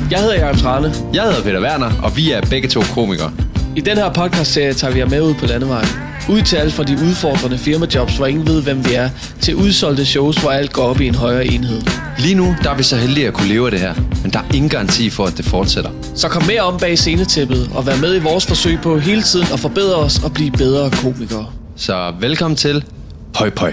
Jeg hedder Jakob Trane. Jeg hedder Peter Werner, og vi er begge to komikere. I den her podcastserie tager vi jer med ud på landevejen. Ud til alt fra de udfordrende firmajobs, hvor ingen ved, hvem vi er, til udsolgte shows, hvor alt går op i en højere enhed. Lige nu der er vi så heldige at kunne leve af det her, men der er ingen garanti for, at det fortsætter. Så kom med om bag scenetæppet og vær med i vores forsøg på hele tiden at forbedre os og blive bedre komikere. Så velkommen til Pøj Pøj.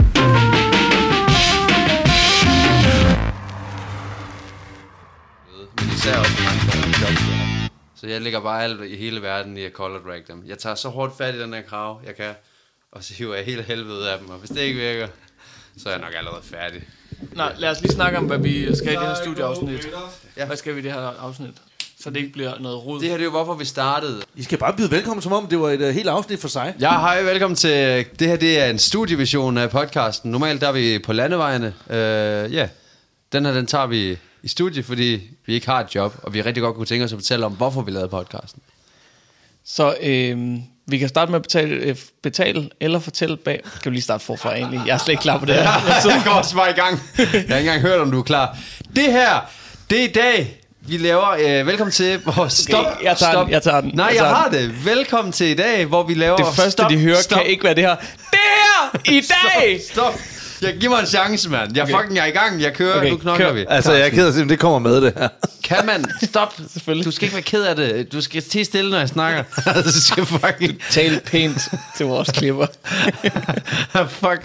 Men især også så jeg lægger bare alt i hele verden i at color drag dem. Jeg tager så hårdt fat i den her krav, jeg kan, og så hiver jeg hele helvede ud af dem. Og hvis det ikke virker, så er jeg nok allerede færdig. Nej, lad os lige snakke om, hvad vi skal i det her studieafsnit. Hvad skal vi i det her afsnit? Så det ikke bliver noget rod. Det her det er jo hvorfor vi startede. I skal bare byde velkommen, som om det var et helt afsnit for sig. Ja, hej, velkommen til. Det her det er en studievision af podcasten. Normalt der er vi på landevejene. Den her den tager vi i studie, fordi vi ikke har et job, og vi rigtig godt kunne tænke os at fortælle om, hvorfor vi lavede podcasten. Så vi kan starte med at betale eller fortælle bag. Kan vi lige starte forfra egentlig? Jeg er slet ikke klar på det her. Jeg går også bare i gang. Jeg har ikke engang hørt, om du er klar. Det her, det er i dag, vi laver... velkommen til... Stop, okay, jeg tager den. Nej, jeg har det. Velkommen til i dag, hvor vi laver... Det første, de hører, kan ikke være det her. Det her i dag! Stop. Giv mig en chance, mand. Jeg er i gang. Jeg kører, nu knokler vi. Altså, jeg er ked af at det kommer med det her. Kan man? Stop. Selvfølgelig. Du skal ikke være ked af det. Du skal tie stille, når jeg snakker. Du skal fucking... Tale pænt til vores klipper. Fuck.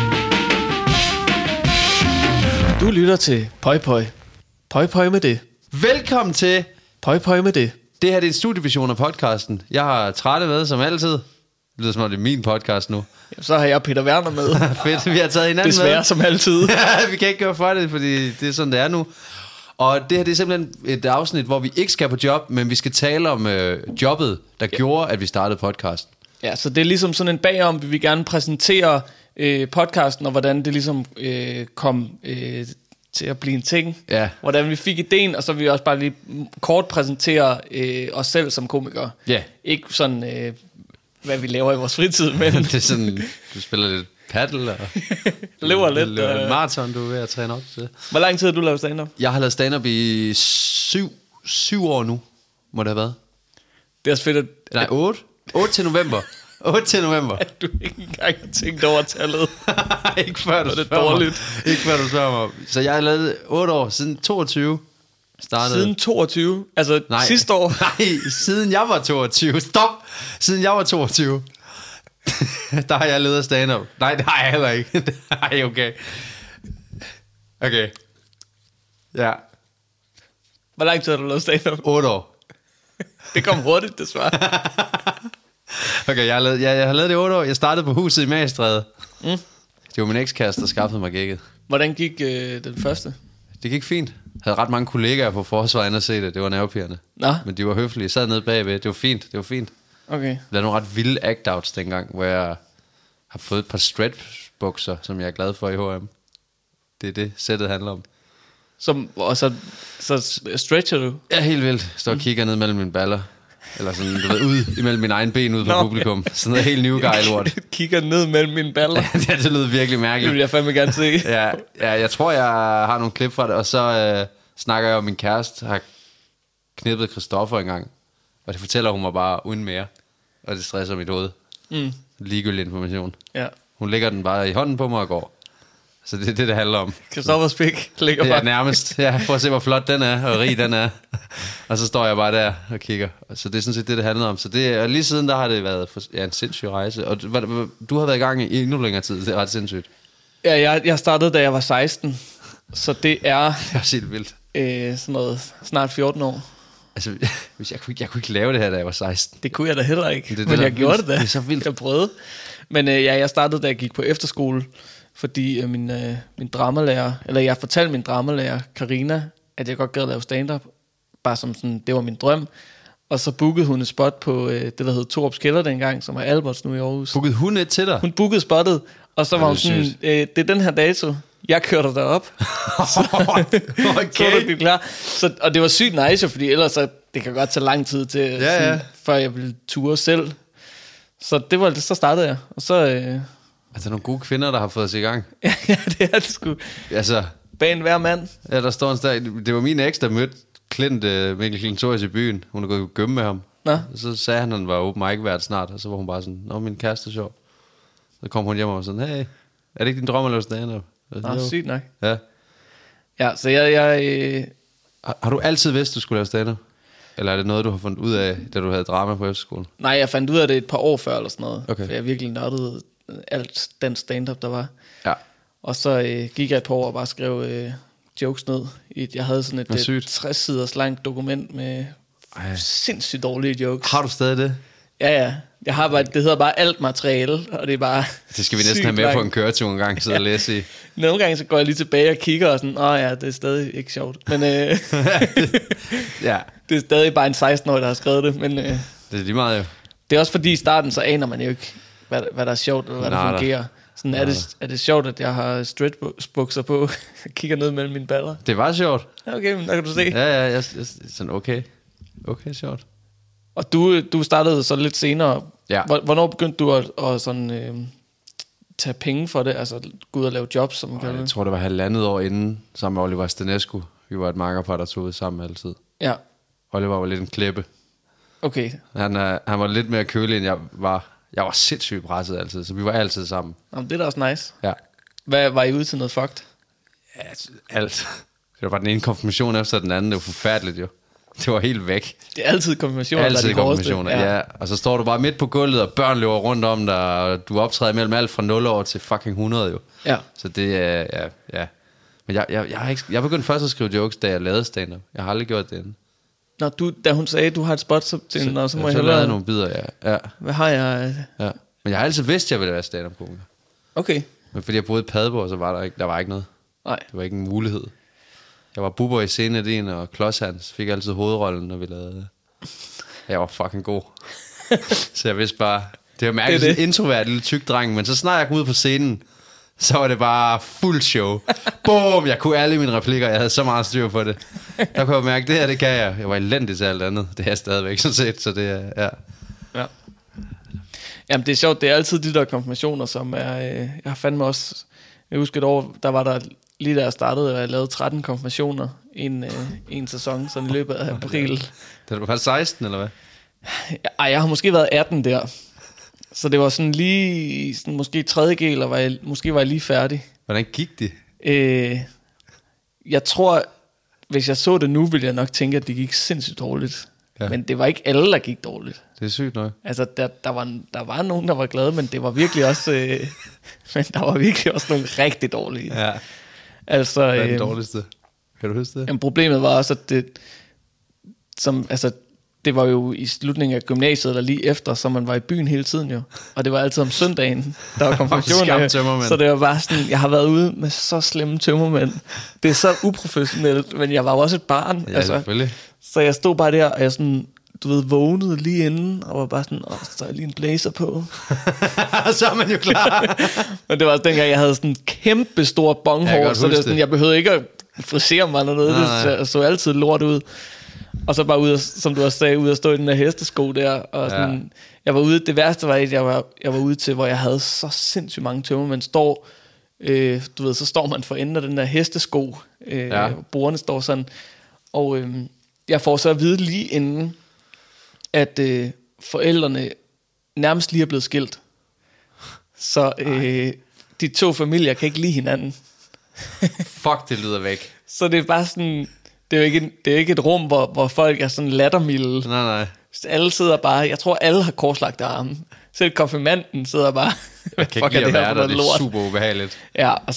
Du lytter til Pøj Pøj. Pøj Pøj med det. Velkommen til Pøj Pøj med det. Det her det er en studievision af podcasten. Jeg har Trane med, som altid. Det lyder som om det er min podcast nu. Ja, så har jeg Peter Werner med. Fedt, vi har taget hinanden desværre, med. som altid. Ja, vi kan ikke gøre for det, fordi det er sådan, det er nu. Og det her det er simpelthen et afsnit, hvor vi ikke skal på job, men vi skal tale om jobbet, der gjorde, at vi startede podcasten. Ja, så det er ligesom sådan en bagom, vi vil gerne præsentere podcasten, og hvordan det ligesom kom til at blive en ting. Ja. Hvordan vi fik ideen, og så vil vi også bare lige kort præsentere os selv som komikere. Ja. Ikke sådan, hvad vi laver i vores fritid, men... Det er sådan, du spiller lidt paddle, og lever lidt. Lever maraton, du er ved at træne op til. Hvor lang tid har du lavet stand-up? Jeg har lavet stand-up i 7 år nu, må det have været. Det er også fedt, at... Nej, 8. 8 til november. 8 til november. At du ikke engang har tænkt over tallet. Ikke før du spørger dårligt. mig. Ikke før du spørger mig. Så jeg har lavet 8 år, siden 22 startede. Siden 22? Altså nej, sidste år? Nej, siden jeg var 22. Stop! Siden jeg var 22. Der har jeg levet stand-up. Nej, det har jeg heller ikke. Nej, okay. Okay. Ja. Hvor lang tid har du lavet stand-up? 8 år. Det kom hurtigt, desværre. Okay, jeg har lavet det i 8 år. Jeg startede på huset i Magestræde. Det var min ekskæreste, der skaffede mig gigget. Hvordan gik den første? Det gik fint. Jeg havde ret mange kollegaer på forsvaret at se det. Det var nervepirrende. Nå. Men de var høflige. Jeg sad nede bagved. Det var fint. Okay. Der er nogle ret vilde act-outs dengang, hvor jeg har fået et par stretch-bukser, som jeg er glad for i H&M. Det er det, sættet handler om. Og så stretcher du? Ja, helt vildt. Står og kigger ned mellem mine baller. Eller sådan, du ved, ud imellem mine egne ben ud på publikum. Sådan noget helt new guy lort. Kigger ned mellem mine baller. Ja, det lyder virkelig mærkeligt. Det vil jeg fandme gerne se. Ja, jeg tror, jeg har nogle klip fra det. Og så snakker jeg om, min kæreste har knippet Christoffer engang. Og det fortæller hun mig bare uden mere. Og det stresser mit hoved. Ligegyldig information. Ja. Hun lægger den bare i hånden på mig og går. Så det er det handler om. Christoffers pik ligger bare. Ja, nærmest. Ja, for at se, hvor flot den er, og rig den er. Og så står jeg bare der og kigger. Så det er sådan set det handler om. Så det, og lige siden, der har det været en sindssyg rejse. Og du har været i gang i endnu længere tid. Det er ret sindssygt. Ja, jeg startede, da jeg var 16. Så det er... Det er også helt vildt. Sådan noget, snart 14 år. Altså, hvis jeg kunne ikke lave det her, da jeg var 16. Det kunne jeg da heller ikke. Det men jeg gjorde det da. Det er så vildt. Jeg prøvede. Men jeg startede, da jeg gik på efterskole. Fordi min dramalærer, eller jeg fortalte min dramalærer, Karina, at jeg godt gad at lave stand-up. Bare som sådan, det var min drøm. Og så bookede hun et spot på det, der hed Torups Kælder dengang, som er Alberts nu i Aarhus. Bookede hun et til dig? Hun bookede spottet, og så var hun sådan, det er den her dato, jeg kørte derop. Okay. Så klar. Og det var sygt nice, fordi ellers så, det kan godt tage lang tid til, sådan, før jeg ville ture selv. Så startede jeg, og så... Altså nogle gode kvinder, der har fået os i gang. Ja, det er det sgu. Altså... Bag hver mand. Ja, der står en sted. Det var min eks, der mødte Mikkel Klintorius i byen. Hun er gået i gym med ham. Nå. Så sagde han var open mic hvert snart, og så var hun bare sådan, min kæreste er sjov. Så kom hun hjem og var sådan, hey, er det ikke din drøm at lave stand-up? Sygt nok. Ja. Ja, så jeg Har du altid vidst, du skulle lave stand-up? Eller er det noget, du har fundet ud af, da du havde drama på efterskolen? Nej, jeg fandt ud af det et par år før eller sådan noget. Okay. For jeg virkelig nørdede alt den stand-up, der var. Ja. Og så gik jeg et par år og bare skrev jokes ned. Jeg havde sådan et 60-siders langt dokument med sindssygt dårlige jokes. Har du stadig det? Ja. Jeg har bare, det hedder bare alt materiale, og det er bare Det skal vi næsten have med langt. på en køretur en gang, så og læse i. Nogle gange så går jeg lige tilbage og kigger og sådan, ja, det er stadig ikke sjovt. Men Ja, det er stadig bare en 16-årig, der har skrevet det. Men det er lige meget jo. det er også fordi i starten, så aner man jo ikke, hvad der er sjovt, eller hvad der fungerer. Sådan, er det sjovt, at jeg har stretchbukser på, og kigger ned mellem mine baller? Det var sjovt. Okay, men der kan du se. Ja, jeg sådan okay. Okay, sjovt. Og du startede så lidt senere. Ja. Hvornår begyndte du at sådan, tage penge for det? Altså gå ud og lave jobs, som man kalder Jeg det? tror, det var 1,5 år inden, sammen med Oliver Stanescu. Vi var et makkerpar, der tog ud sammen altid. Ja, Oliver var lidt en klippe. okay. Han var lidt mere kølig, end jeg var. Jeg var sindssygt presset altid, så vi var altid sammen. Jamen, det er da også nice. Ja. Hvad var I ude til noget fucked? Ja, alt. Det var bare den ene konfirmation efter den anden. Det var forfærdeligt jo. Det var helt væk. Det er altid konfirmationer, Altid der er de hårdeste. konfirmationer, ja. Og så står du bare midt på gulvet, og børn løber rundt om dig, og du optræder mellem alt fra 0 år til fucking 100 jo. Ja. Så det er, ja. Men jeg begyndte først at skrive jokes, da jeg lavede stand-up. Jeg har aldrig gjort det inden. Nå, da hun sagde, du har et spot til hende, så må jeg så hellere... lavede nogle bidder, ja. Hvad har jeg? Ja. Men jeg har altid vidst, at jeg ville være stand-up-komiker. Okay. Men fordi jeg boede i Padborg, så var der var ikke noget. Nej. Det var ikke en mulighed. Jeg var Bubber i Scenedien, og Klods Hans fik altid hovedrollen, når vi lavede det. Jeg var fucking god. Så jeg vidste bare... Det var mærkeligt, sådan en introvert lille tyk dreng, men så snart jeg kom ud på scenen, så var det bare fuld show. Boom! Jeg kunne alle mine replikker, jeg havde så meget styr på det. Der kunne jeg mærke, det her, det kan jeg. Jeg var elendig til alt andet. Det er jeg stadigvæk, sådan set, så det er... Ja. Ja. Jamen, det er sjovt. Det er altid de der konfirmationer, som er... Jeg har fandme også... Jeg husker et år, der var der... Lige da jeg startede, og jeg lavede 13 konfirmationer i en sæson, sådan i løbet af april. Det var faktisk 16, eller hvad? Ej, jeg har måske været 18 der. Så det var sådan lige... Sådan måske 3. G, eller måske var jeg lige færdig. Hvordan gik det? Jeg tror, hvis jeg så det nu, ville jeg nok tænke, at det gik sindssygt dårligt. Ja. Men det var ikke alle, der gik dårligt. Det er sygt nok. Altså, der var nogen, der var glade, men det var virkelig også... men der var virkelig også nogle rigtig dårlige. Ja. Altså, Hvad er den dårligste? Kan du huske det? jamen, problemet var også, at det var jo i slutningen af gymnasiet, eller lige efter, så man var i byen hele tiden jo. Og det var altid om søndagen, der var konfirmationer. Så det var bare sådan, jeg har været ude med så slemme tømmermænd. Det er så uprofessionelt, men jeg var jo også et barn. Ja, selvfølgelig. Så jeg stod bare der, og jeg sådan, du ved, vågnede lige inden, og var bare sådan, så er lige en blazer på. Så er man jo klar. Men det var også dengang, jeg havde sådan en kæmpe stor bonghår, så det var sådan, jeg behøvede ikke at frisere mig eller noget. Nej. Det så altid lort ud. Og så bare ude, som du også sagde, ude at stå i den der hestesko der. Og sådan, jeg var ude, det værste var, at jeg var ude til, hvor jeg havde så sindssygt mange tømmer. Man står, du ved, så står man for enden af den der hestesko. Bordene står sådan. Og jeg får så at vide lige inden, at forældrene nærmest lige er blevet skilt. Så de to familier kan ikke lide hinanden. Fuck, det lyder væk. Så det er bare sådan, det er ikke et rum, hvor folk er sådan lattermilde. Nej. Alle sidder bare, jeg tror alle har korslagte arme. Selv konfirmanden sidder bare, Jeg kan ikke lide at være der, det er super ubehageligt. Ja, og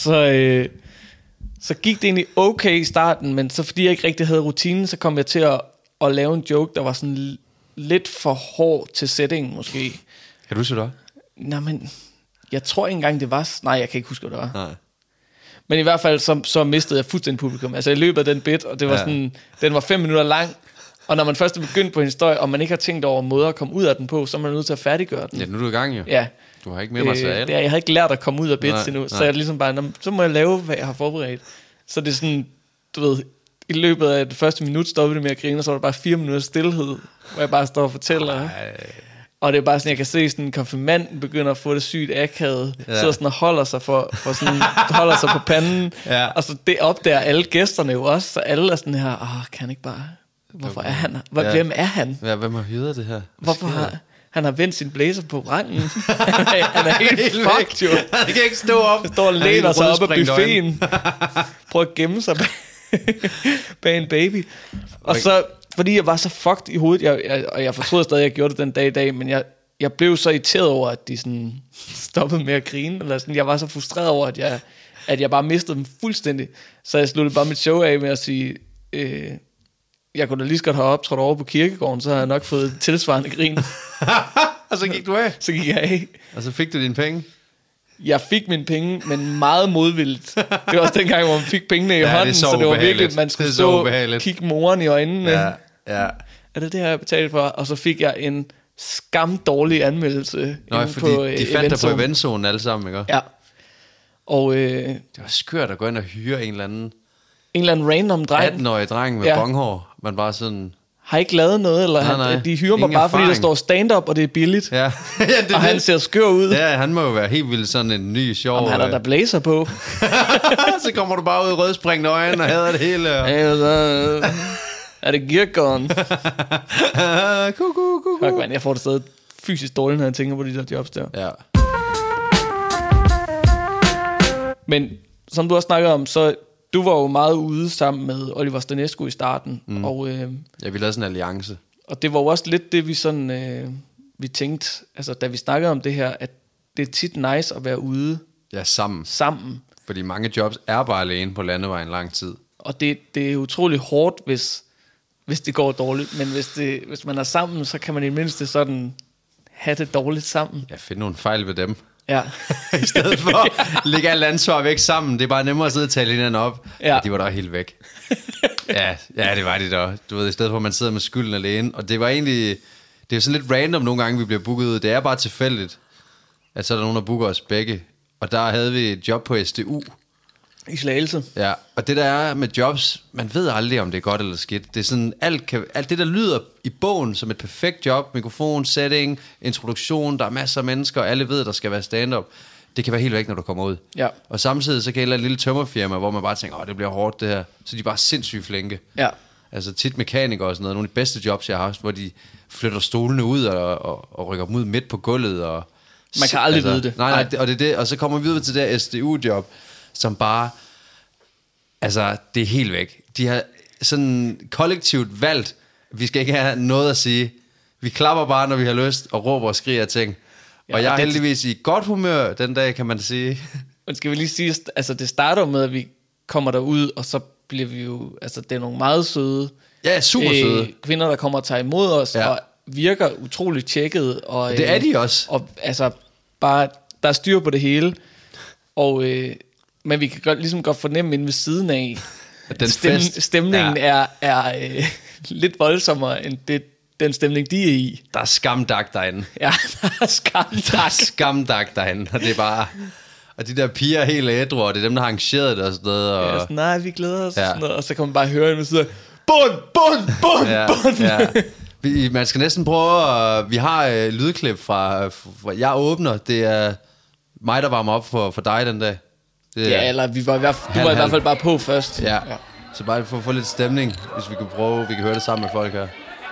så gik det egentlig okay i starten, men så fordi jeg ikke rigtig havde rutinen, så kom jeg til at lave en joke, der var sådan lidt for hård til settingen måske. Kan du huske, hvad det var? Nej, men jeg tror ikke engang det var... Nej, jeg kan ikke huske, hvad det var. Nej. Men i hvert fald, så mistede jeg fuldstændig publikum. Altså, jeg løb af den bit, og det var sådan... Den var 5 minutter lang, og når man først er begyndt på en historie, og man ikke har tænkt over måder at komme ud af den på, så er man nødt til at færdiggøre den. Ja, nu er du i gang jo. Ja. Du har ikke mere materiale. Jeg har ikke lært at komme ud af bits endnu, så jeg ligesom bare... Så må jeg lave, hvad jeg har forberedt. Så det er sådan, du ved... I løbet af det første minut stoppede det med at grine, og så var der bare 4 minutter stillhed, hvor jeg bare står og fortæller. Og det er bare sådan, jeg kan se sådan, konfirmanden begynder at få det sygt akavet, sidder sådan og holder sig for sådan, holder sig på panden, og så det opdager alle gæsterne jo også, så alle er sådan her, kan han ikke bare Hvorfor er han? Hvem er han? Ja, hvem har hyret det her? Hvorfor har han har vendt sin blazer på rangen? han er helt fucked, jo. Han kan ikke stå op. Han står og læner sig op ad buffeten. Prøver at gemme sig bag en baby. Og så, fordi jeg var så fucked i hovedet, og jeg fortrød stadig, at jeg gjorde det den dag i dag, men jeg blev så irriteret over, at de sådan stoppede med at grine. Eller sådan. Jeg var så frustreret over, at jeg bare mistede dem fuldstændig. Så jeg sluttede bare mit show af med at sige... jeg kunne da lige så godt have optrådt over på kirkegården, så har jeg nok fået tilsvarende grin. Og så gik du af? Så gik jeg af. Og så fik du dine penge? Jeg fik mine penge, men meget modvilligt. Det var også dengang, hvor man fik pengene i hånden, så det var virkelig, man skulle stå og kigge moren i øjnene. Ja. Er det her, jeg betalte for? Og så fik jeg en skamdårlig anmeldelse. Nå, fordi de fandt dig på eventzonen alle sammen, ikke? Ja. Og, det var skørt at gå ind og hyre en eller anden random dreng. 18-årig dreng med bonghår. Man bare sådan... Har ikke lavet noget, eller nej. De hyrer mig bare, erfaring. Fordi der står stand-up, og det er billigt. Ja. Og han ser skør ud. Ja, han må jo være helt vildt sådan en ny, sjov... Om han har der blazer på. Så kommer du bare ud i rødspringende øjne og hader det hele. Er det kirkegården? Kuku. Fuck, man, jeg får det stadig fysisk dårligt, når jeg tænker på de der jobs der. Ja. Men som du har snakket om, så du var jo meget ude sammen med Oliver Stanescu i starten. Og, ja, vi lavede sådan en alliance. Og det var jo også lidt det, vi sådan... vi tænkte, altså da vi snakkede om det her, at det er tit nice at være ude. Ja, sammen. Fordi mange jobs er bare alene på landevejen lang tid. Og det er utrolig hårdt, hvis det går dårligt. Men hvis man er sammen, så kan man i det mindste sådan have det dårligt sammen. Ja, finde nogle fejl ved dem. Ja. I stedet for at lægge alt ansvar væk sammen. Det er bare nemmere at sidde og tale hinanden op. Ja. De var da helt væk. ja, det var de da. Du ved, i stedet for at man sidder med skylden alene. Og det var egentlig... Det er sådan lidt random nogle gange, vi bliver booket ud. Det er bare tilfældigt, at så er der nogen, der booker os begge. Og der havde vi et job på SDU. I Slagelse. Ja, og det der er med jobs, man ved aldrig, om det er godt eller skidt. Det er sådan, alt det, der lyder i bogen som et perfekt job, mikrofon, setting, introduktion, der er masser af mennesker, og alle ved, der skal være stand-up. Det kan være helt væk, når du kommer ud. Ja. Og samtidig så kan et lille tømmerfirma, hvor man bare tænker, det bliver hårdt det her. Så de er bare sindssygt flinke. Ja. Altså tit mekanikere og sådan noget. Nogle af de bedste jobs, jeg har haft, hvor de flytter stolene ud og rykker dem ud midt på gulvet. Og man kan aldrig vide det. Nej, og det er det. Og så kommer vi videre til det her SDU-job, som bare... Altså, det er helt væk. De har sådan kollektivt valgt, vi skal ikke have noget at sige. Vi klapper bare, når vi har lyst, og råber og skriger ting. Ja, og jeg er heldigvis i godt humør den dag, kan man sige. Men skal vi lige sige, altså det starter med, at vi kommer derud, og så bliver vi jo, altså det er nogle meget søde, super søde kvinder, der kommer og tager imod os, og virker utroligt tjekket. Og, det er de også. Og altså, bare, der er styr på det hele. Og... men vi kan ligesom godt fornemme inde ved siden af, at stemningen er lidt voldsommere end den stemning, de er i. Der er skamdag derinde. Ja, der er skamdag. Der er skamdag derinde, og det er bare... Og de der piger er helt ædru, og det er dem, der har arrangeret det og sådan noget. Og... Ja, sådan, nej, vi glæder os. Ja. Sådan noget, og så kan man bare høre dem sidder, bund. Ja. Man skal næsten prøve at... Vi har lydklip fra... Jeg åbner, det er mig, der varmer op for dig den dag. Ja, eller du var i hvert fald bare på først. Ja. Så bare for at få lidt stemning, hvis vi kan prøve, vi kan høre det sammen med folk her.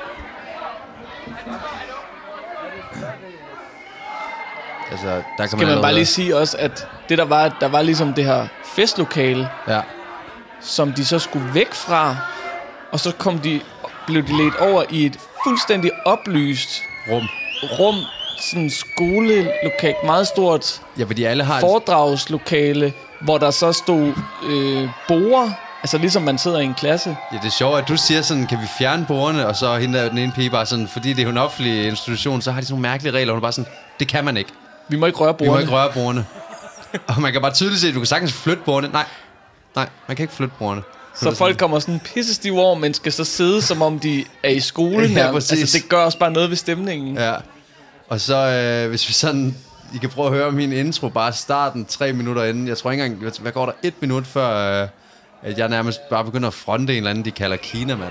Altså, der kan man bare lige sige også, at det der var ligesom det her festlokale, som de så skulle væk fra, og så blev de ledt over i et fuldstændig oplyst rum, sådan skolelokale, meget stort, fordi alle har foredragslokale, hvor der så stod borde, altså ligesom man sidder i en klasse. Ja, det er sjovt, at du siger sådan, kan vi fjerne bordene, og så hende der, den ene pige bare sådan, fordi det er en offentlig institution, så har de sådan nogle mærkelige regler, og hun er bare sådan, det kan man ikke. Vi må ikke røre bordene. Og man kan bare tydeligt se, at du kan sagtens flytte bordene. Nej, man kan ikke flytte bordene. Så folk kommer sådan pissestive over, men skal så sidde, som om de er i skolen. Ja, altså, det gør også bare noget ved stemningen. Ja. Og så, hvis vi sådan... I kan prøve at høre min intro, bare starten 3 minutter inden. Jeg tror ikke engang... Hvad går der? 1 minut før, at jeg nærmest bare begynder at fronte en eller anden, de kalder Kinamand.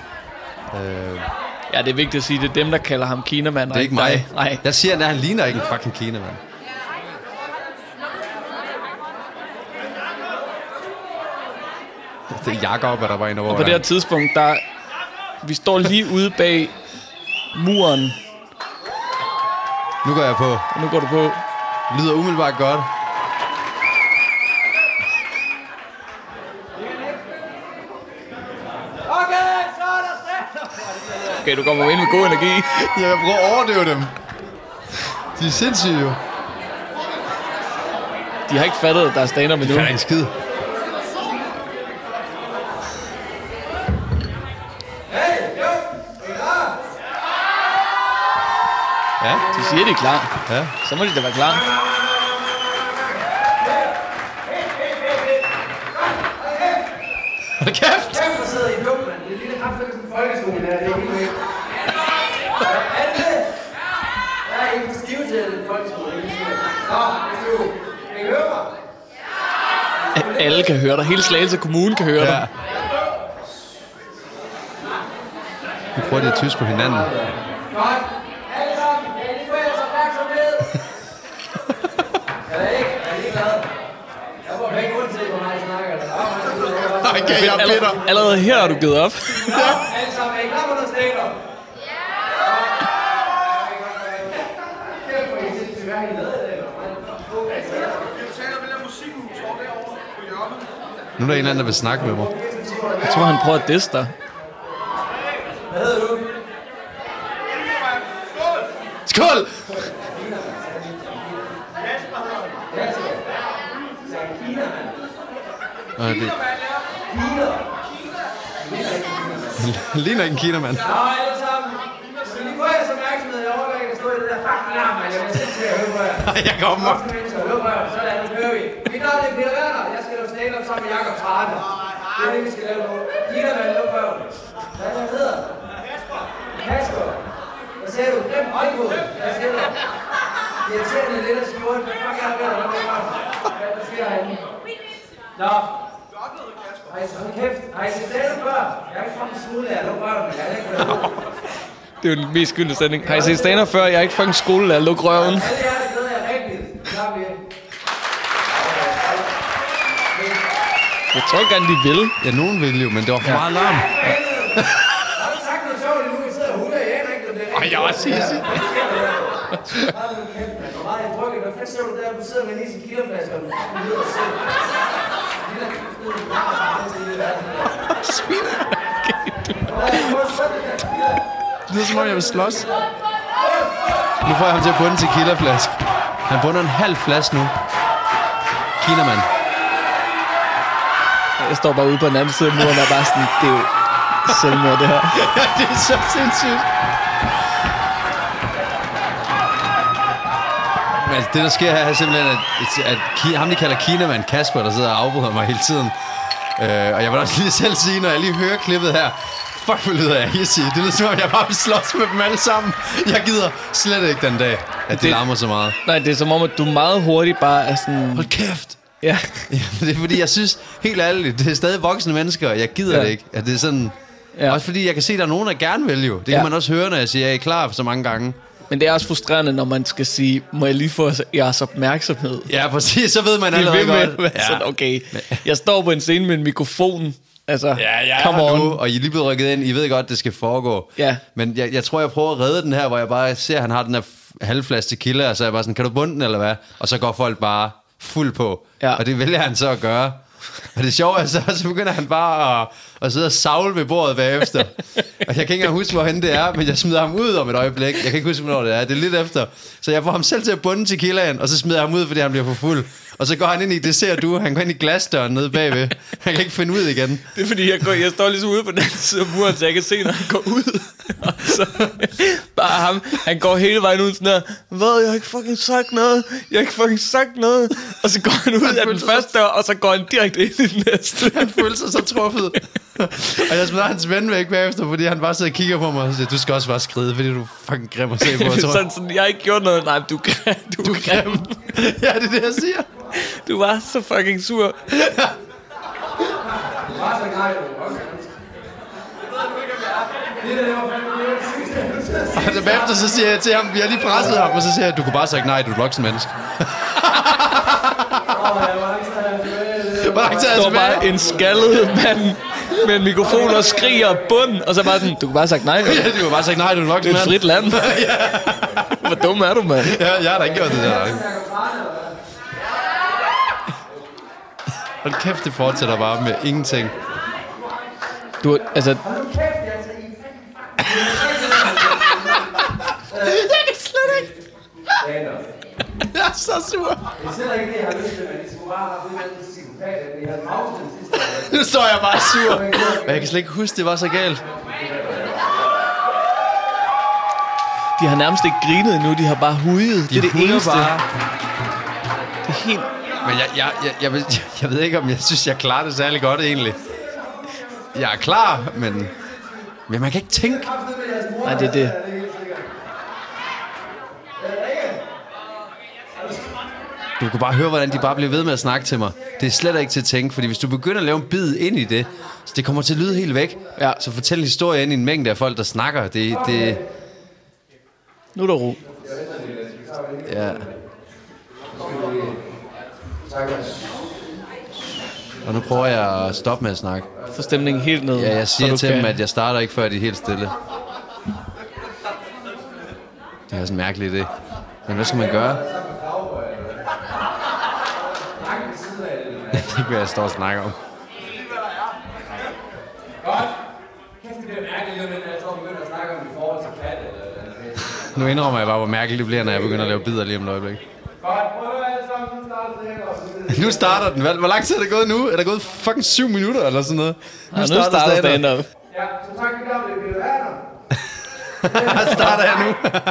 Ja, det er vigtigt at sige, det er dem, der kalder ham Kinamand. Det er ikke mig. Nej. Jeg siger, at han ligner ikke en fucking Kinamand. Det er Jakob, der var inde over. Og på det her tidspunkt, Vi står lige ude bag muren. Nu går jeg på. Og nu går du på. Lyder umiddelbart godt. Okay, du kommer ind med god energi. Ja, jeg prøver at overdøve dem. De er sindssyge jo. De har ikke fattet, at der er stand-up endnu. Det er en skid. Ja. De siger, de er klar. Ja. Så må de da være klar. Hold kæft! Kæft, der sidder i dumt, mand. Det er lille kraft, der er sådan en folkeskole her. Det er helt væk. Alle! Jeg er ikke for stiv til den folkeskole. Nå, hvis du kan høre mig. Alle kan høre dig. Hele Slagelse Kommune kan høre dig. Vi prøver lige at tysse på hinanden. Godt. Alle sammen. Ja, lige får jeres opmærksomhed. Jeg er ikke glad. Jeg får ikke rundt til, hvor meget jeg snakker. Okay, jeg er bitter. Allerede her har du givet op. Alle sammen. Er I klar på noget stænger? Nu er der en eller anden, der vil snakke med mig. Jeg tror, han prøver at disse dig. Hvad hedder du? Skål! Det ligner ikke en kinamand. Nå, alle sammen. Så lige får jeres opmærksomhed. Jeg overgår ikke at stå i det der fucking larm, man. Jeg vil sindssygt at høre på jer. Jeg kommer. Hør på jer. Sådan, nu kører vi. Mit navn er Peter Werner. Jeg skal lave stand-up sammen med Jakob Trane. Det er det, vi skal lave nu. Kinamand, nu prøv. Hvad er det, han hedder? Kasper. Hvad siger du? Grim Højgod. Hvad siger du? Irriterende lidt af skjorten. Hvad fuck er det, der Hvad sker herinde? Nå. Ej, så hold kæft. Ej, I stand-up før. Jeg er ikke fucking skolelærer. Nu prøver jeg. Jeg er ikke været. Det er jo den mest skyldende sending. Har I set stand-up før? Jeg er ikke fucking skolelærer. Luk røven. Alle jer, det ved jeg rigtigt. Klar vi ind. Jeg tror ikke engang, de vil. Ja, nogen ville jo, men det var for meget larm. Har du sagt noget sjovt endnu? Jeg sidder og huler. Jeg aner ikke, om det er rigtigt. Jeg var sige. Hold nu kæft, mand. Hvor meget jeg drukker. Hvad fanden ser du der? Du sidder med en is i kilderflasker, og du fucking lyder selv. Det lyder som om, jeg vil slås. Nu får jeg ham til at bunde til kilderflask. Han bunder en halv flaske nu. Kinamand. Jeg står bare ude på den anden side af muren og bare sådan, det er jo selvmord, det her. Ja, det er så sindssygt. Men altså, det der sker her er simpelthen, at ham de kalder Kinamand, Kasper, der sidder og afbryder mig hele tiden. Og jeg vil også lige selv sige, når jeg lige hører klippet her, fuck, hvor lyder jeg hissig. Det lyder som om, jeg bare vil slås med dem alle sammen. Jeg gider slet ikke den dag, at det larmer så meget. Nej, det er som om, at du meget hurtigt bare er sådan... Hold kæft. Ja. Ja, det er fordi, jeg synes, helt ærligt, det er stadig voksne mennesker, og jeg gider det ikke. At det er sådan... Ja. Også fordi, jeg kan se, at der er nogen, der gerne vil jo. Det kan man også høre, når jeg siger, at jeg er klar så mange gange. Men det er også frustrerende, når man skal sige, må jeg lige få jeres opmærksomhed? Ja, præcis, så ved man allerede godt. Ja. Sådan, okay, jeg står på en scene med en mikrofon. Altså, come on. Nu, og I er lige blevet rykket ind. I ved godt, det skal foregå. Ja. Men jeg tror, jeg prøver at redde den her, hvor jeg bare ser, at han har den her halvflaske tequila, og så er jeg bare sådan, kan du bunde den, eller hvad? Og så går folk bare fuld på. Ja. Og det vælger han så at gøre. Og det sjove er så begynder han bare at sidde og savle ved bordet bagefter. Og jeg kan ikke engang huske, hvorhen det er, men jeg smider ham ud om et øjeblik. Jeg kan ikke huske, hvornår det er. Det er lidt efter. Så jeg får ham selv til at bunde tequilaen, og så smider jeg ham ud, fordi han bliver for fuld. Og så går han ind i, det ser du, han går ind i glasdøren nede bagved. Han kan ikke finde ud igen. Det er fordi, jeg står ligesom ude på den side af muren, så jeg kan se, når han går ud. Og så bare ham, han går hele vejen ud sådan der, hvad, jeg har ikke fucking sagt noget. Jeg har ikke fucking sagt noget. Og så går han ud af den første dør, og så går han direkte ind i den næste. Han følte sig så truffet. Og jeg smider hans ven væk bagefter, fordi han bare sidder og kigger på mig og siger, du skal også bare skride, fordi du fucking grim at se på. Sådan, jeg har ikke gjort noget. Nej, du er grim. Ja, det er det, jeg siger. Du var så fucking sur. Og så bagefter så siger jeg til ham, vi har lige presset ham, og så siger jeg, du kunne bare sige nej, du er et voksen menneske. Der står bare en skaldet mand med en mikrofon og skriger bund, og så bare sådan, du kunne bare have sagt nej. Ja, du kunne bare sagt nej, du er nok Det er et frit land. Hvor dum er du, mand? Ja, jeg har da ikke gjort det der. Hold kæft, det fortsætter bare med ingenting. Du, altså... Jeg kan slet ikke. Jeg er så sur. Det er slet ikke det, jeg har lyst til, men I skulle bare have haft en psykopat, at I havde pause den sidste. Nu står jeg bare sur. Men jeg kan slet ikke huske, det var så galt. De har nærmest ikke grinet endnu, de har bare hujet. Det er det eneste. Bare. Det er helt... Men jeg ved ikke, om jeg synes, jeg klarer det særlig godt egentlig. Jeg er klar, men man kan ikke tænke. Nej, det er det. Du kan bare høre, hvordan de bare bliver ved med at snakke til mig. Det er slet ikke til at tænke, fordi hvis du begynder at lave en bid ind i det, så det kommer til at lyde helt væk. Ja. Så fortæl en historie ind i en mængde af folk, der snakker. Det... Nu er der ro. Ja. Og nu prøver jeg at stoppe med at snakke. Få stemningen helt ned. Ja, jeg siger til dem, at jeg starter ikke, før de er helt stille. Det er også en mærkelig idé. Men hvad skal man gøre? Det er ikke, hvad jeg står og snakker om. Godt. Kæft, det bliver mærkeligt, når jeg står og begynder at snakke om i forhold til katte. Nu indrømmer jeg bare, hvor mærkeligt det bliver, når jeg begynder at lave bidder lige om et øjeblik. Godt, prøv at høre alle sammen, nu starter det her. Nu starter den. Hvor lang tid er det gået nu? Er der gået fucking 7 minutter eller sådan noget? Nu starter stand-up. Ja, så tak for det, Peter Werner. Starter jeg nu?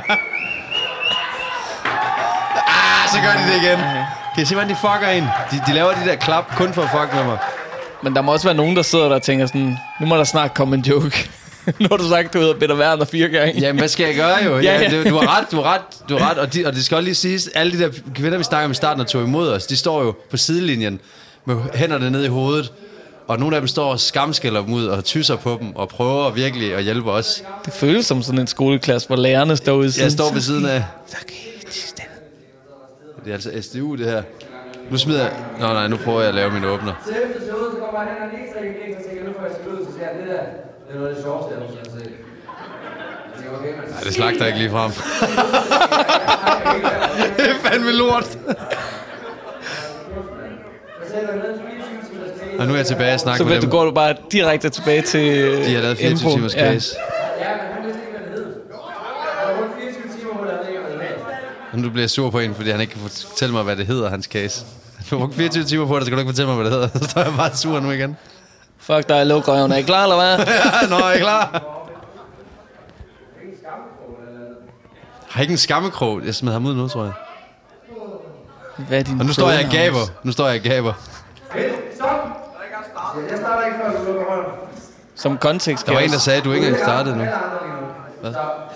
Så gør de det igen. Kan I se, hvordan de fucker ind? De laver de der klap kun for at fuck med mig. Men der må også være nogen, der sidder der og tænker sådan, nu må der snart komme en joke. Nu har du sagt, du hedder Peter Werner 4 gange. Jamen, hvad skal jeg gøre jo? Ja. Du har ret. Og det skal også lige siges, alle de der kvinder, vi snakker om i starten og tog imod os, de står jo på sidelinjen med hænderne ned i hovedet. Og nogle af dem står og skamskælder dem ud og tysser på dem og prøver virkelig at hjælpe os. Det føles som sådan en skoleklasse, hvor lærerne står ude siden. Jeg står ved siden af. Det er altså SDU, det her. Nu smider jeg... Nej, nu prøver jeg at lave min åbner. Så efter det ser ud, så går bare hen og lige så ikke så tænker nu får jeg skal ud, så siger jeg, det der, det er noget af det sjoveste, jeg nogensinde har set. Jeg tænker, okay, man. Nej, det slagter ikke lige frem. Det er fandme lort. Og nu er jeg tilbage og snakker med dem. Så går du bare direkte tilbage til De har lavet 24 timers case. Ja, men han vidste ikke, hvad det hed. Der var kun 24 timer, hvor der havde ikke, hvad det hed. Og nu bliver jeg sur på en, fordi han ikke kan fortælle mig, hvad det hedder, hans case. Du har brugt 24 timer på det, så skal du ikke fortælle mig, hvad det hedder. Så står jeg bare sur nu igen. Fuck dig, lukrøven. Er I klar, eller hvad? Ja, nå, er I klar? Har ikke en skammekrog? Jeg smed ham ud nu, tror jeg. Hvad er din Og nu står jeg og gaber. Stop! Jeg starter ikke før, du lukker røven. Som kontekst. Der var en, der sagde, at du ikke engang startede nu. Hvad?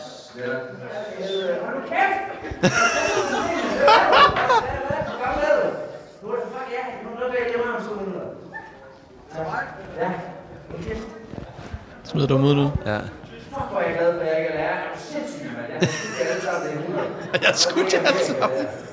Smider du ud nu? Ja. Fuck, hvor er jeg glad for, at jeg ikke er lærer. Er du sindssyg, mand? Jeg er alle sammen det hele. Jeg skulle til at så.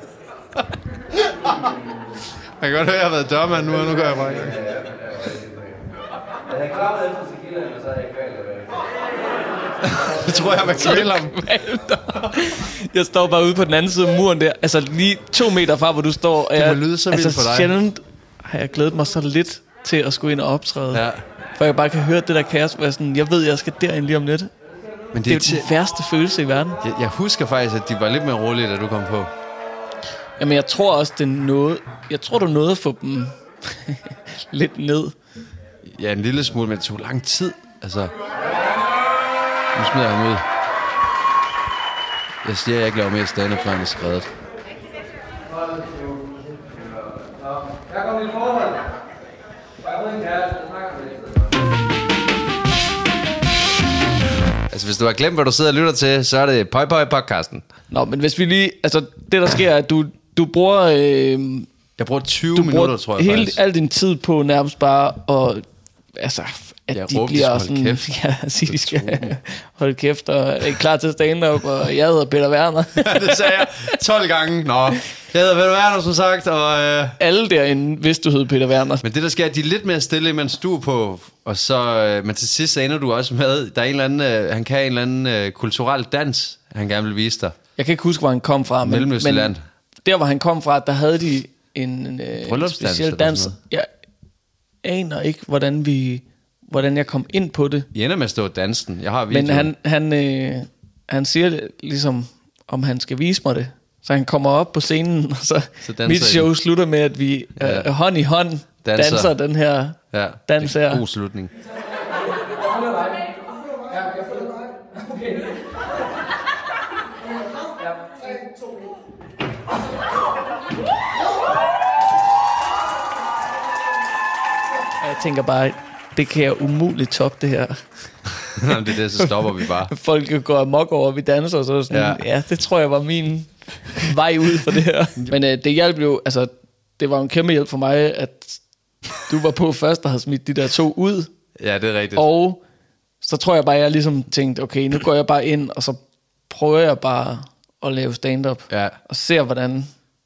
Jeg kan godt høre, at jeg har været dørmand nu, og nu gør jeg bare ikke. Jeg havde klappet efter tequilaen, og så havde jeg kvalt det. Det tror jeg, man kvæler ham. Jeg står bare ude på den anden side af muren der. Altså lige 2 meter fra, hvor du står. Det må lyde så vildt for dig. Sjældent har jeg glædet mig så lidt til at skulle ind og optræde. Ja. For jeg bare kan høre det der kaos, hvor jeg sådan, jeg ved, jeg skal derind lige om lidt. Men Det er jo den værste følelse i verden. Jeg husker faktisk, at de var lidt mere rolige, da du kom på. Jamen, jeg tror også, det er noget... Jeg tror, du nåede at få dem lidt ned. Ja, en lille smule, men det tog lang tid. Altså... Nu smider jeg ham ud. Jeg siger, at jeg ikke laver mere stand-up, før han er skrevet. Jeg kommer i et forhold. Jeg har fået en kæreste, jeg snakker med det. Altså, hvis du har glemt, hvad du sidder og lytter til, så er det Pøj Pøj podcasten. Nå, men hvis vi lige... Altså, det der sker, er, at du bruger... Jeg bruger 20 minutter, tror jeg hele, faktisk. al din tid på nærmest bare at altså, at Jeg de råbte, bliver de skulle sådan... holde kæft. Ja, sige, de skal holde kæft og er klar til stand-up, og jeg hedder Peter Werner. Det sagde jeg 12 gange. Nå, jeg hedder Peter Werner, som sagt, og... Alle derinde vidste, du hed Peter Werner. Men det, der sker, de er lidt mere stille, mens du er på, og så... men til sidst, så ender du også med... Der er en eller anden... han kan en eller anden kulturel dans, han gerne vil vise dig. Jeg kan ikke huske, hvor han kom fra, men Mellemøstland. der, hvor han kom fra, der havde de en speciel dans. Jeg aner ikke, hvordan jeg kom ind på det. I ender med at stå og danse den. Jeg har videoen. Men han siger ligesom, om han skal vise mig det. Så han kommer op på scenen, og så mit show slutter med, at vi hånd i hånd danser den her dans her. Det er en god slutning. Jeg tænker bare, det kan jeg umuligt toppe det her. Det er det, så stopper vi bare. Folk går amok over, vi danser, og så sådan, ja, det tror jeg var min vej ud for det her. Men det hjalp jo, altså, det var en kæmpe hjælp for mig, at du var på først, der havde smidt de der 2 ud. Ja, det er rigtigt. Og så tror jeg bare, jeg ligesom tænkte, okay, nu går jeg bare ind, og så prøver jeg bare at lave stand-up, og ser, hvordan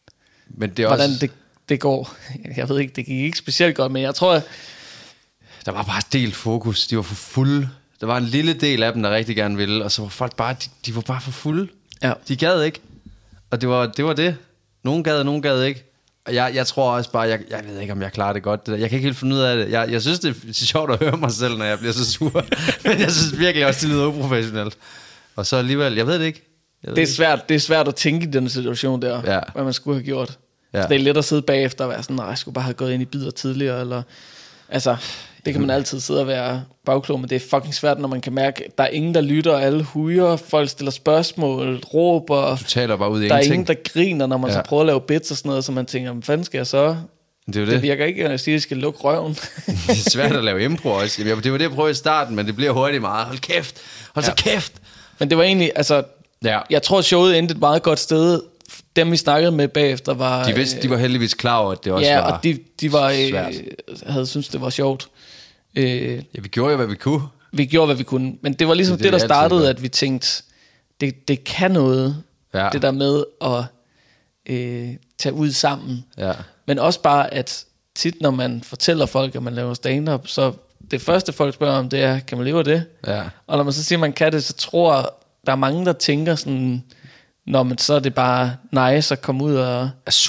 det går. Jeg ved ikke, det gik ikke specielt godt, men jeg tror, der var bare delt fokus. De var for fulde. Der var en lille del af dem, der rigtig gerne ville, og så var folk bare, de var bare for fulde. Ja. De gad ikke. Og det var det. Nogen gad ikke. Og jeg tror også bare, jeg ved ikke, om jeg klarer det godt. Det der. Jeg kan ikke helt finde ud af det. Jeg synes, det er sjovt at høre mig selv, når jeg bliver så sur. Men jeg synes virkelig også, det lyder uprofessionelt. Og så alligevel, jeg ved det ikke. Det er svært at tænke i den situation der, hvad man skulle have gjort. Ja. Så det er let at sidde bagefter og være sådan, nej, jeg skulle bare have gået ind i bidder tidligere, eller... Altså, det kan man altid sidde og være bagklog, men det er fucking svært, når man kan mærke, at der er ingen, der lytter, alle hujer, folk stiller spørgsmål, råber. Du taler bare ud i der ingenting. er ingen, der griner, når man så prøver at lave bits og sådan noget, så man tænker, hvad fanden skal jeg så? Det virker ikke, at jeg siger, at jeg skal lukke røven. Det er svært at lave impro også. Det var det, jeg prøvede i starten, men det bliver hurtigt meget. Hold kæft, hold så kæft. Men det var egentlig, altså, jeg tror, showet endte et meget godt sted. Dem, vi snakkede med bagefter, var... De var heldigvis klar over, at det også var og de var, havde syntes, det var sjovt. Vi gjorde jo, hvad vi kunne. Vi gjorde, hvad vi kunne. Men det var ligesom det der startede, at vi tænkte, det kan noget, det der med at tage ud sammen. Ja. Men også bare, at tit, når man fortæller folk, at man laver stand-up, så det første, folk spørger om, det er, kan man leve af det? Ja. Og når man så siger, at man kan det, så tror jeg, der er mange, der tænker sådan... Når man så er det bare nice at komme ud og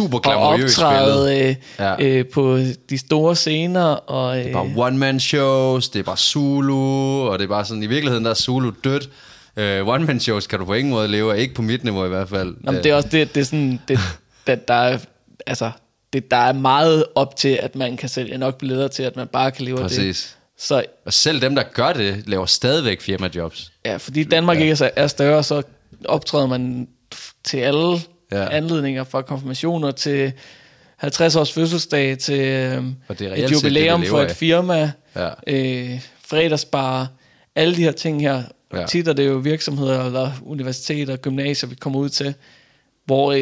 optræde på de store scener. Og, det er bare one-man-shows, det er bare Zulu, og det er bare sådan, i virkeligheden der er Zulu dødt. One-man-shows kan du på ingen måde leve af, ikke på mit niveau i hvert fald. Jamen, det er også det er sådan, der er, altså, der er meget op til, at man kan sælge nok billetter til, at man bare kan leve af det. Præcis. Så, og selv dem, der gør det, laver stadigvæk firmajobs. Ja, fordi Danmark ikke er større, så optræder man til alle anledninger, fra konfirmationer til 50 års fødselsdag, til et jubilæum for et firma, fredagsbar, alle de her ting her. Tit er det jo virksomheder eller universiteter, gymnasier, vi kommer ud til, hvor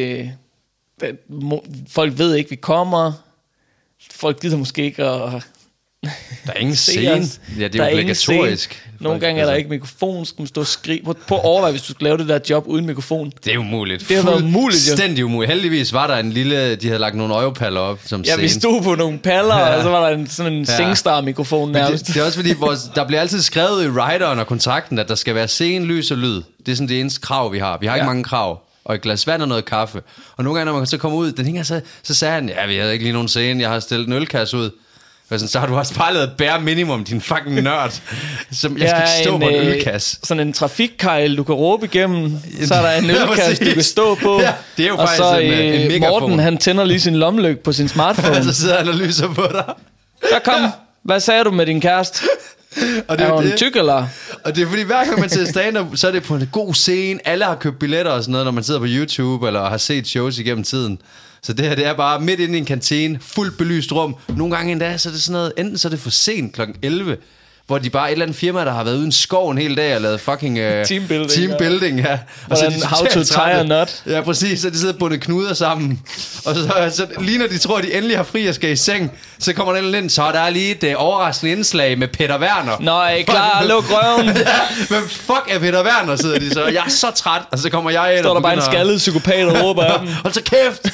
folk ved ikke, vi kommer. Folk gider måske ikke at... Der er ingen scene. Ja, det er obligatorisk. Nogle gange er der ikke mikrofon, skal man stå og skrige. Prøv at overveje, hvis du skulle lave det der job uden mikrofon. Det er umuligt. Det har været umuligt, jo. Fuldstændig umuligt. Heldigvis var der en lille... De havde lagt nogle øjepaller op som scene. Ja, vi stod på nogle paller, og så var der sådan en SingStar-mikrofon nærmest. Det er også fordi, der bliver altid skrevet i writeren og kontrakten, at der skal være scene, lys og lyd. Det er sådan det eneste krav, vi har. Vi har ikke mange krav. Og et glas vand og noget kaffe. Og nogle gange, når man så kommer ud, den hænger så sagde han, ja, vi havde ikke lige nogen scene, jeg har stillet en ølkasse ud. Så har du også bare lavet bare minimum, din fucking nørd. Som jeg skal stå på en ølkasse. Sådan en trafikkejl, du kan råbe igennem. Så er der en ølkasse, du kan stå på. Ja, det er jo og faktisk så, en megafon. Morten, han tænder lige sin lommelygte på sin smartphone. Så sidder han og lyser på dig. Så kom, hvad sagde du med din kæreste? Og det er hun tyk, eller? Og det er fordi, hver gang man ser stand-up, så er det på en god scene. Alle har købt billetter og sådan noget, når man sidder på YouTube, eller har set shows igennem tiden. Så det her, det er bare midt inde i en kantine, fuldt belyst rum. Nogle gange endda, så er det sådan noget, enten så er det for sent kl. 11, hvor de bare et eller andet firma, der har været ude i en skov en hel dag og lavet fucking teambuilding, ja. Og hvordan, how to tie a knot. Ja, præcis. Så de sidder bundet knuder sammen. Og så lige når de tror, at de endelig har fri og skal i seng, så kommer der ind, så der er lige et overraskende indslag med Peter Werner. Nå, er I klar? Luk røven. Ja, men fuck er Peter Werner, sidder de så. Jeg er så træt, og så kommer jeg ind. Står der bare en skaldet psykopat og råber af dem. Hold så kæft.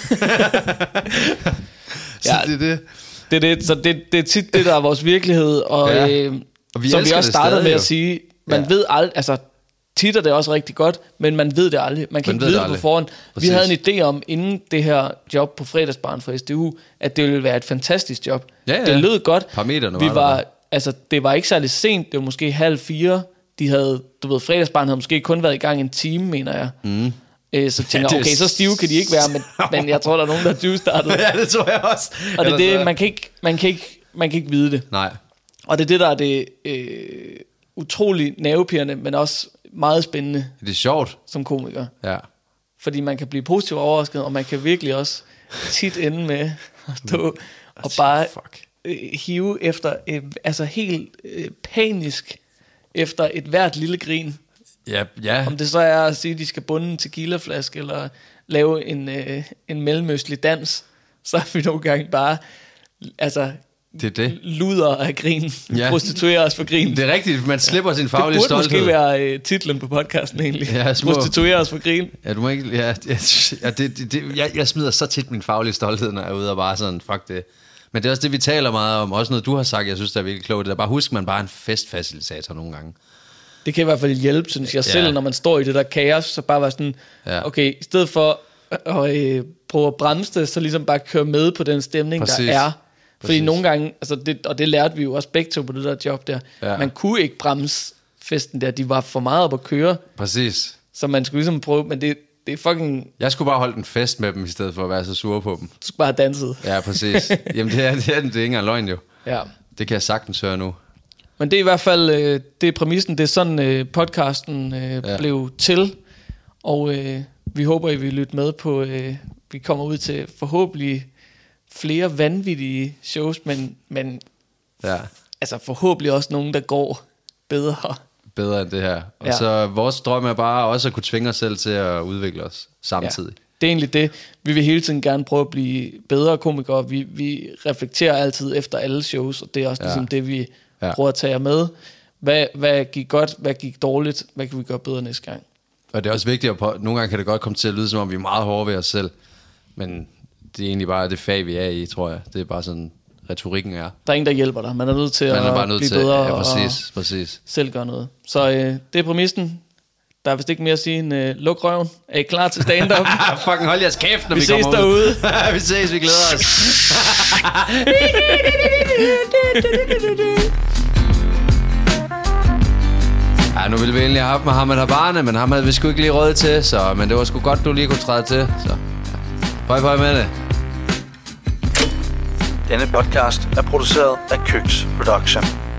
Så ja, det er det. Det er det. Så det er tit det, der er vores virkelighed. Og, og vi som vi også startede med at sige, man ved aldrig, altså tit er det også rigtig godt, men man ved det aldrig. Man kan ikke vide det på forhånd. Præcis. Vi havde en idé om, inden det her job på fredagsbaren for SDU, at det ville være et fantastisk job. Ja. Det lød godt. Parameterne det var ikke særlig sent, det var måske 3:30. De havde, fredagsbaren havde måske kun været i gang en time, mener jeg. Så tænker jeg, okay, så stive kan de ikke være, men jeg tror, der er nogen, der har startet. Ja, det tror jeg også. Og det er det, man kan ikke vide det. Nej. Og det er det, der er det utrolig nervepirrende, men også meget spændende. Det er sjovt. Som komiker. Ja. Fordi man kan blive positivt overrasket, og man kan virkelig også tit ende med at stå og bare hive efter, altså helt panisk efter et hvert lille grin. Ja. Om det så er at sige, at de skal bunde en tequilaflaske, eller lave en mellemøstlig dans, så er vi nogle gange bare, altså, det. luder af grin, prostituerer os for grin. Det er rigtigt, man slipper sin faglige stolthed. Det burde måske være titlen på podcasten egentlig. Ja, prostituerer os for grin. Ja, du må ikke, jeg smider så tit min faglige stolthed, når jeg er ude og bare sådan, fuck det. Men det er også det, vi taler meget om, også noget du har sagt, jeg synes, det er virkelig klogt. Det er bare husk, man bare er en festfacilitator nogle gange. Det kan i hvert fald hjælpe, synes jeg selv, når man står i det der kaos, så bare være sådan, okay, i stedet for at prøve at bremse det, så ligesom bare køre med på den stemning, der er. Fordi nogle gange, altså og det lærte vi jo også begge to på det der job der, man kunne ikke bremse festen der, de var for meget op at køre. Præcis. Så man skulle ligesom prøve, men det er fucking... Jeg skulle bare holde en fest med dem, i stedet for at være så sur på dem. Du skulle bare have danset. Ja, præcis. Jamen det er ikke engang løgn jo. Ja. Det kan jeg sagtens høre nu. Men det er i hvert fald, det er præmissen, det er sådan podcasten blev til, og vi håber, I vil lytte med på, vi kommer ud til forhåbentlig flere vanvittige shows, men altså forhåbentlig også nogen, der går bedre end det her. Og så vores drøm er bare også at kunne tvinge os selv til at udvikle os samtidig. Ja. Det er egentlig det. Vi vil hele tiden gerne prøve at blive bedre komikere. Vi reflekterer altid efter alle shows, og det er også ligesom det, vi prøver at tage med. Hvad gik godt? Hvad gik dårligt? Hvad kan vi gøre bedre næste gang? Og det er også vigtigt, at nogle gange kan det godt komme til at lyde, som om vi er meget hårde ved os selv. Men det er egentlig bare det fag, vi er i, tror jeg. Det er bare sådan, retorikken er. Der er ingen, der hjælper dig. Man er nødt til at blive bedre og præcis. selv gøre noget. Så det er præmissen. Der er vist ikke mere at sige end luk røven. Er I klar til stand-up? Fucking hold jeres kæft, når vi kommer ud. Derude. Vi ses, vi glæder os. Ja, nu ville vi egentlig have haft Mohammed Habane, men ham havde vi sgu ikke lige råd til, men det var sgu godt, du lige kunne træde til. Så bye med det. Denne podcast er produceret af Køks Production.